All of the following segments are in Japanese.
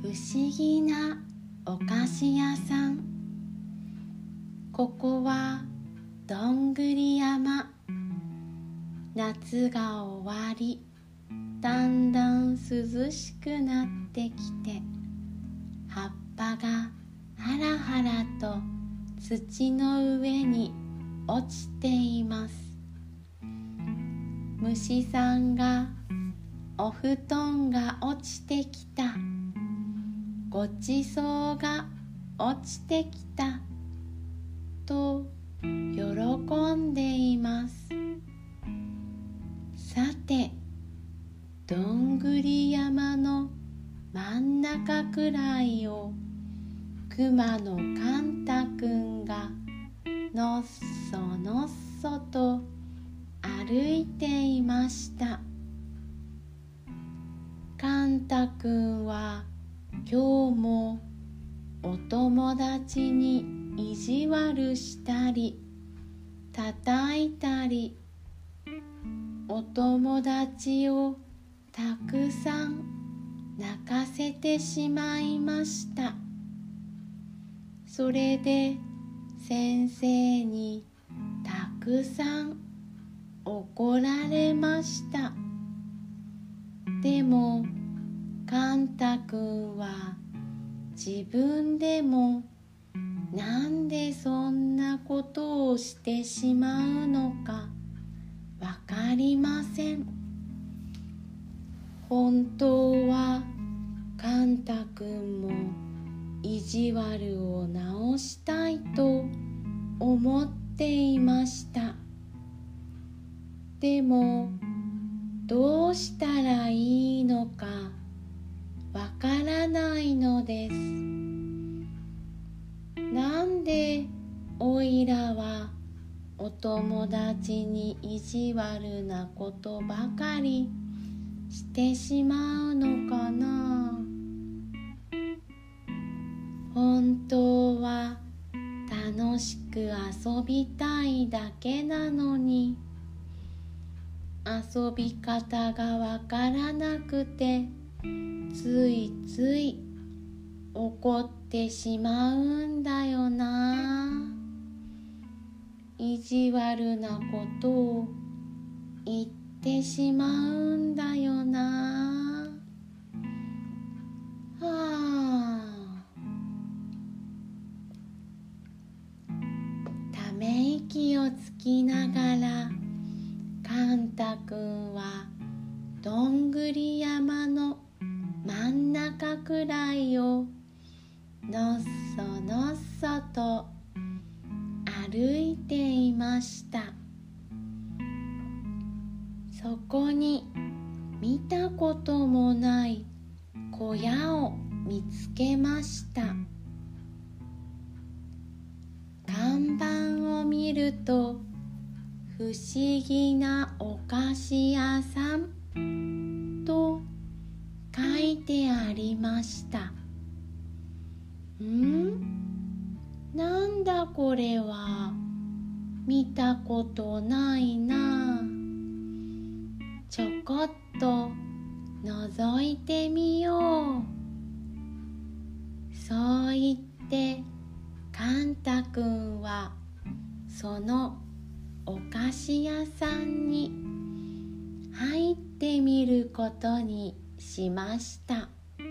不思議なお菓子屋さん。ここはどんぐり山。夏が終わり、だんだん涼しくなってきて、葉っぱがハラハラと土の上に落ちています。虫さんがお布団が落ちてきた、ごちそうが落ちてきたと喜んでいます。さて、どんぐり山の真ん中くらいをくまのかんたくんがのっそのっそと歩いていました。かんたくんは今日もお友達に意地悪したり叩いたり、お友達をたくさん泣かせてしまいました。それで先生にたくさん怒られました。でもかんたくんは自分でもなんでそんなことをしてしまうのかわかりません。本当はかんたくんも意地悪を直したいと思っていました。でもどうしたらいいのかわからないのです。なんでおいらはお友達に意地悪なことばかりしてしまうのかな。本当は楽しく遊びたいだけなのに、遊び方がわからなくてついつい怒ってしまうんだよな。意地悪なことを言ってしまうんだよな。はあ。ため息をつきながらかんたくんはどんぐり山の真ん中くらいをのっそのっそと歩いていました。そこに見たこともない小屋を見つけました。看板を見ると不思議なお菓子屋さんと書いてありました。なんだこれは、見たことないな。ちょこっと覗いてみよう。そう言ってかんたくんはそのお菓子屋さんに入ってみることにしました。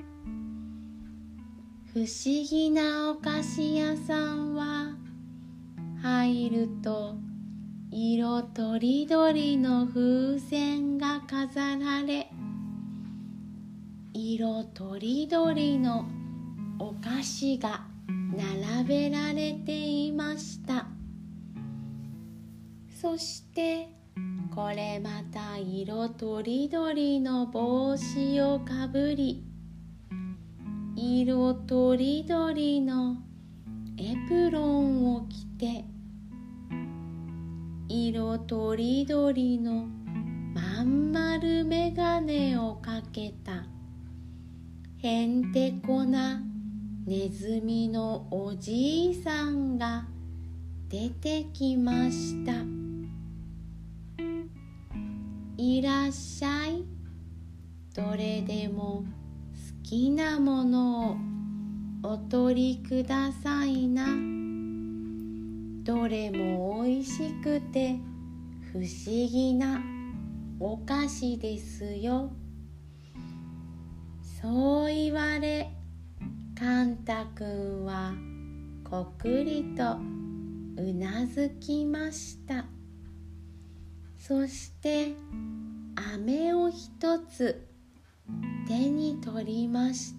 不思議なお菓子屋さんは入ると色とりどりの風船が飾られ、色とりどりのお菓子が並べられていました。そしてこれまた色とりどりの帽子をかぶり、色とりどりのエプロンを着て、色とりどりのまん丸メガネをかけたへんてこなネズミのおじいさんが出てきました。いらっしゃい。どれでも好きなものをお取りくださいな。どれもおいしくて不思議なお菓子ですよ。そう言われ、カンタくんはこくりとうなずきました。そして飴を一つ手に取りました。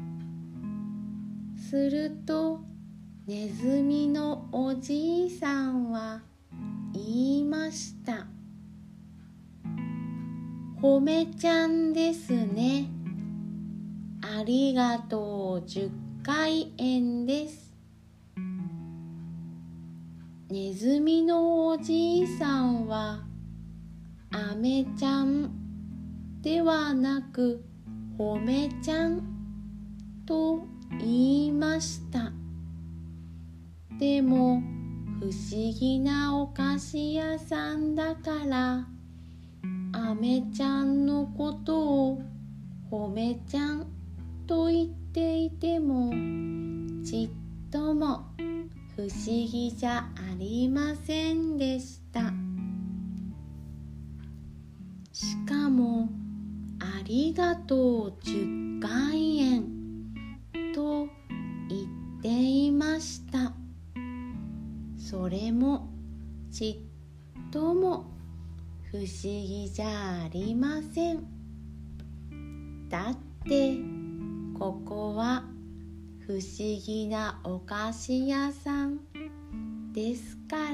するとネズミのおじいさんは言いました。ほめちゃんですね。ありがとう10回円です。ネズミのおじいさんはあめちゃんではなくほめちゃんと言いました。でも不思議なお菓子屋さんだからあめちゃんのことをほめちゃんと言っていてもちっとも不思議じゃありませんでした。しかもありがとう10回円と言っていました。それもちっとも不思議じゃありません。だってここは不思議なお菓子屋さんですから。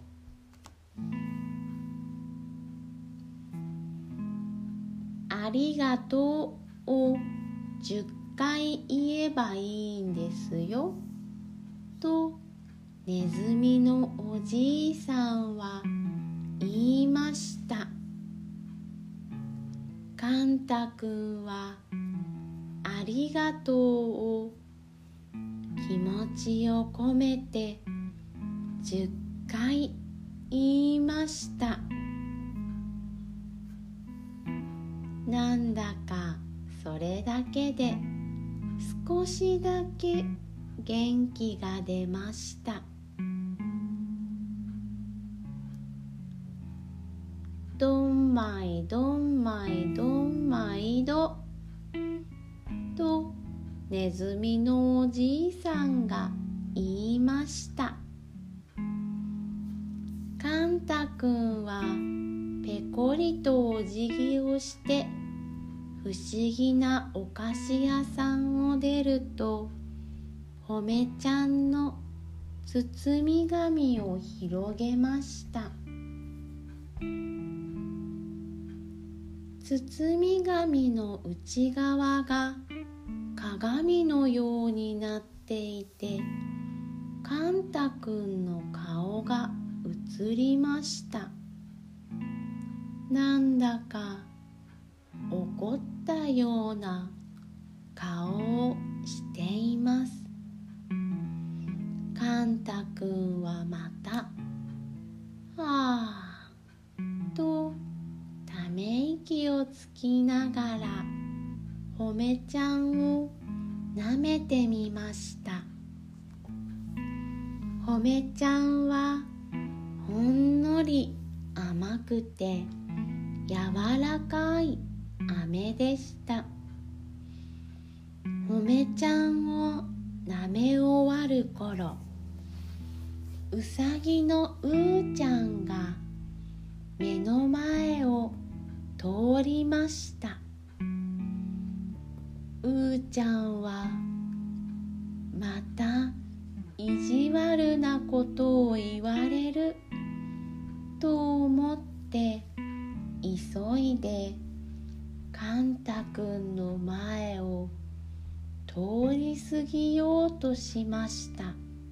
ありがとうを10回言えばいいんですよとネズミのおじいさんは言いました。カンタくんはありがとうを気持ちを込めて10回言いました。なんだかそれだけで少しだけ元気が出ました。どんまいどんまいどんまいどとネズミのおじいさんが言いました。カンタくんはペコリとお辞儀をして不思議なお菓子屋さんを出るとほめちゃんの包み紙を広げました。包み紙の内側が鏡のようになっていてカンタくんの顔が映りました。なんだか怒ったような顔をしています。カンタくんはまたあーとため息をつきながらほめちゃんを舐めてみました。ほめちゃんはほんのり甘くて柔らかい飴でした。ほめちゃんを舐め終わる頃、うさぎのうーちゃんが目の前を通りました。うーちゃんはまた意地悪なことを言われると思って急いでカンタくんの前を通り過ぎようとしました。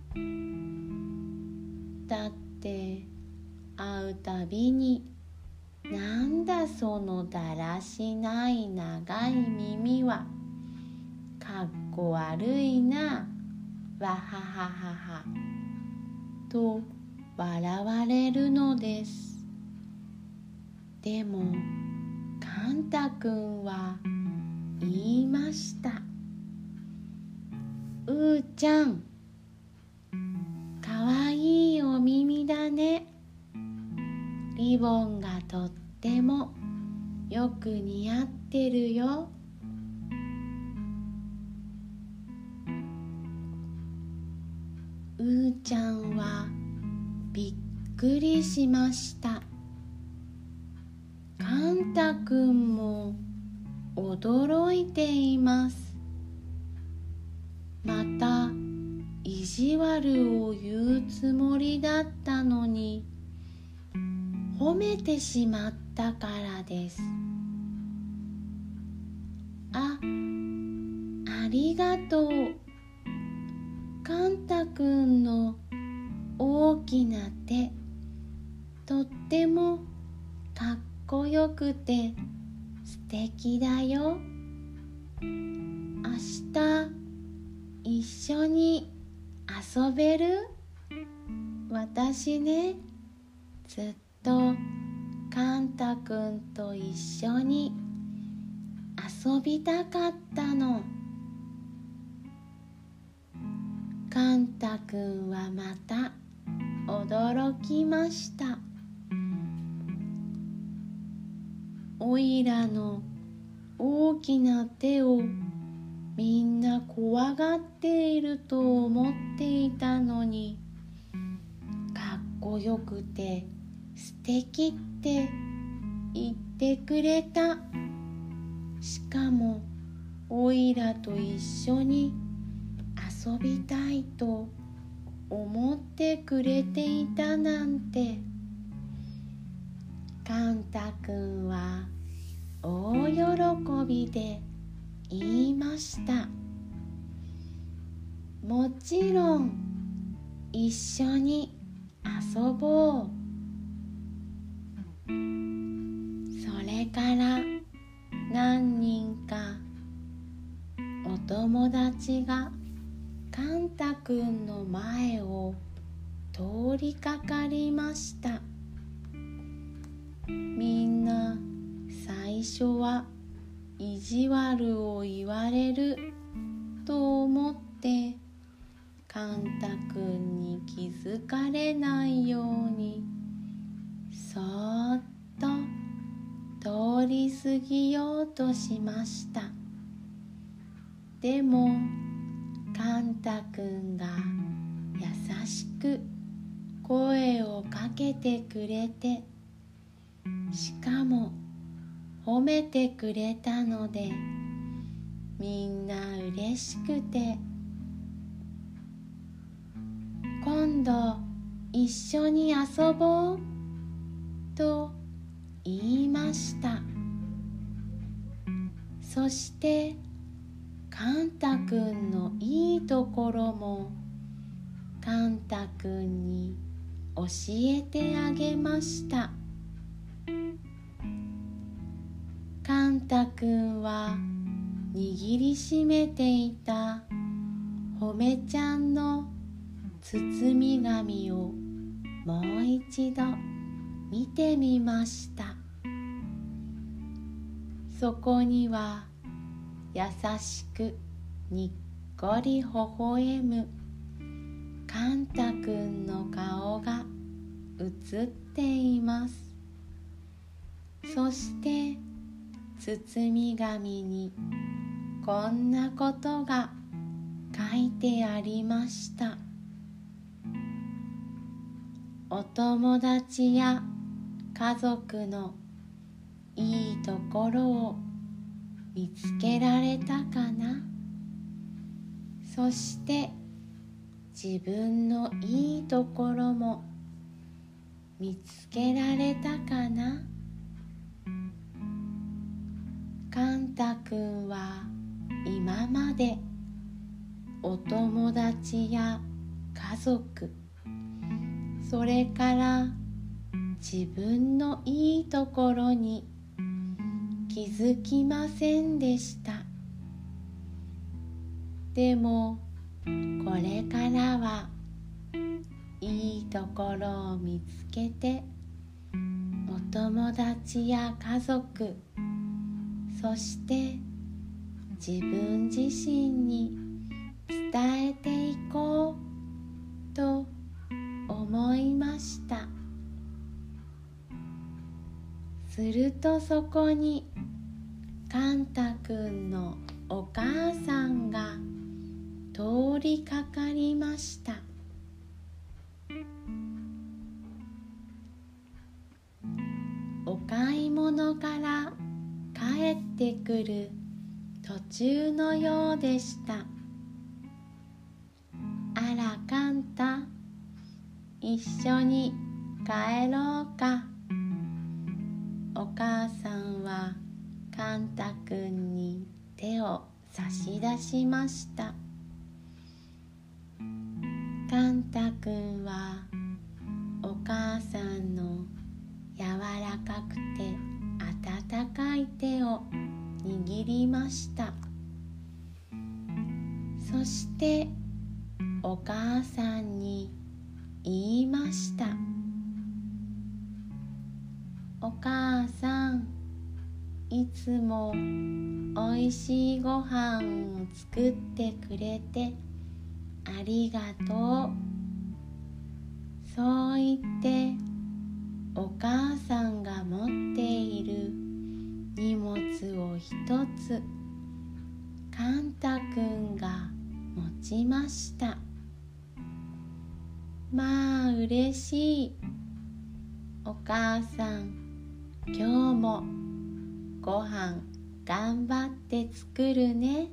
だって会うたびになんだそのだらしない長い耳はかっこ悪いなわははははと笑われるのです。でもカンタくんは言いました。うーちゃん、かわいいお耳だね。リボンがとってもよく似合ってるよ。うーちゃんはびっくりしました。カンタくんも驚いています。また意地悪を言うつもりだったのに褒めてしまったからです。ありがとう。カンタくんの大きな手、とってもかっこよくて素敵だよ。明日一緒に遊べる？私ね、ずっとカンタくんと一緒に遊びたかったの。カンタくんはまた驚きました。おいらの大きな手をみんな怖がっていると思っていたのに、かっこよくて素敵って言ってくれた。しかもおいらと一緒に遊びたいと思ってくれていたなんて。カンタくんは大喜びで言いました。もちろん一緒に遊ぼう。それから何人かお友達がカンタくんの前を通りかかりました。みんな最初は意地悪を言われると思ってカンタくんに気づかれないようにそーっと通り過ぎようとしました。でもカンタくんが優しく声をかけてくれて、しかも褒めてくれたのでみんな嬉しくて、今度一緒に遊ぼうと言いました。そしてカンタくんのいいところもカンタくんに教えてあげました。カンタくんは握りしめていたほめちゃんの包み紙をもう一度見てみました。そこには優しくにっこり微笑むカンタくんの顔が映っています。そして包み紙にこんなことが書いてありました。お友達や家族のいいところを見つけられたかな。そして自分のいいところも見つけられたかな。カンタくんは今までお友達や家族、それから自分のいいところに気づきませんでした。でもこれからはいいところを見つけて、お友達や家族、そして自分自身に伝えていこうと思いました。するとそこにカンタくんのお母さんが通りかかりました。お買い物から帰ってくる途中のようでした。あらカンタ、一緒に帰ろうか。お母さんはカンタくんに手を差し出しました。カンタくんはお母さんの柔らかくて温かい手を握りました。そしてお母さんに言いました。お母さん、いつもおいしいご飯を作ってくれてありがとう。そう言ってお母さんが持っている荷物を一つカンタくんが持ちました。まあ嬉しい。お母さん、今日もご飯頑張って作るね。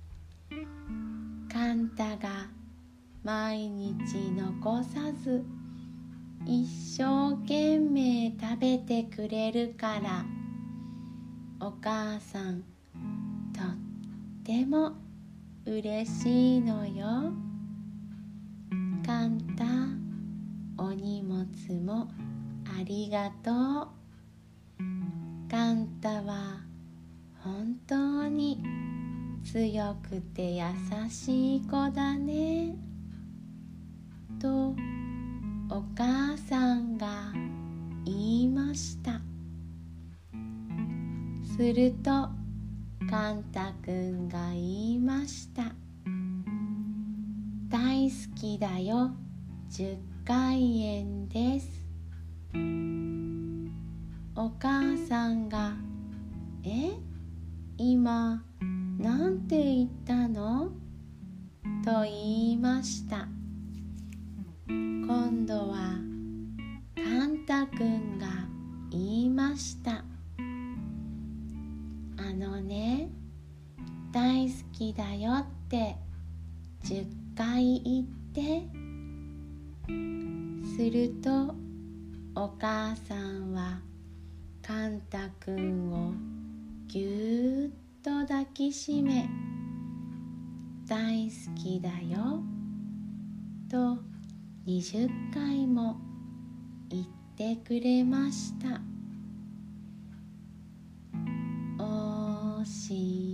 カンタが毎日残さず一生懸命食べてくれるからお母さんとっても嬉しいのよ。カンタ、お荷物もありがとう。カンタは本当に強くて優しい子だねとお母さんが言いました。するとカンタくんが言いました。大好きだよ、10回円です。お母さんが今なんて言ったのと言いました。今度はカンタくんが言いました。ね、大好きだよって10回言って。するとお母さんはカンタくんをぎゅーっと抱きしめ、大好きだよと20回も言ってくれました。おし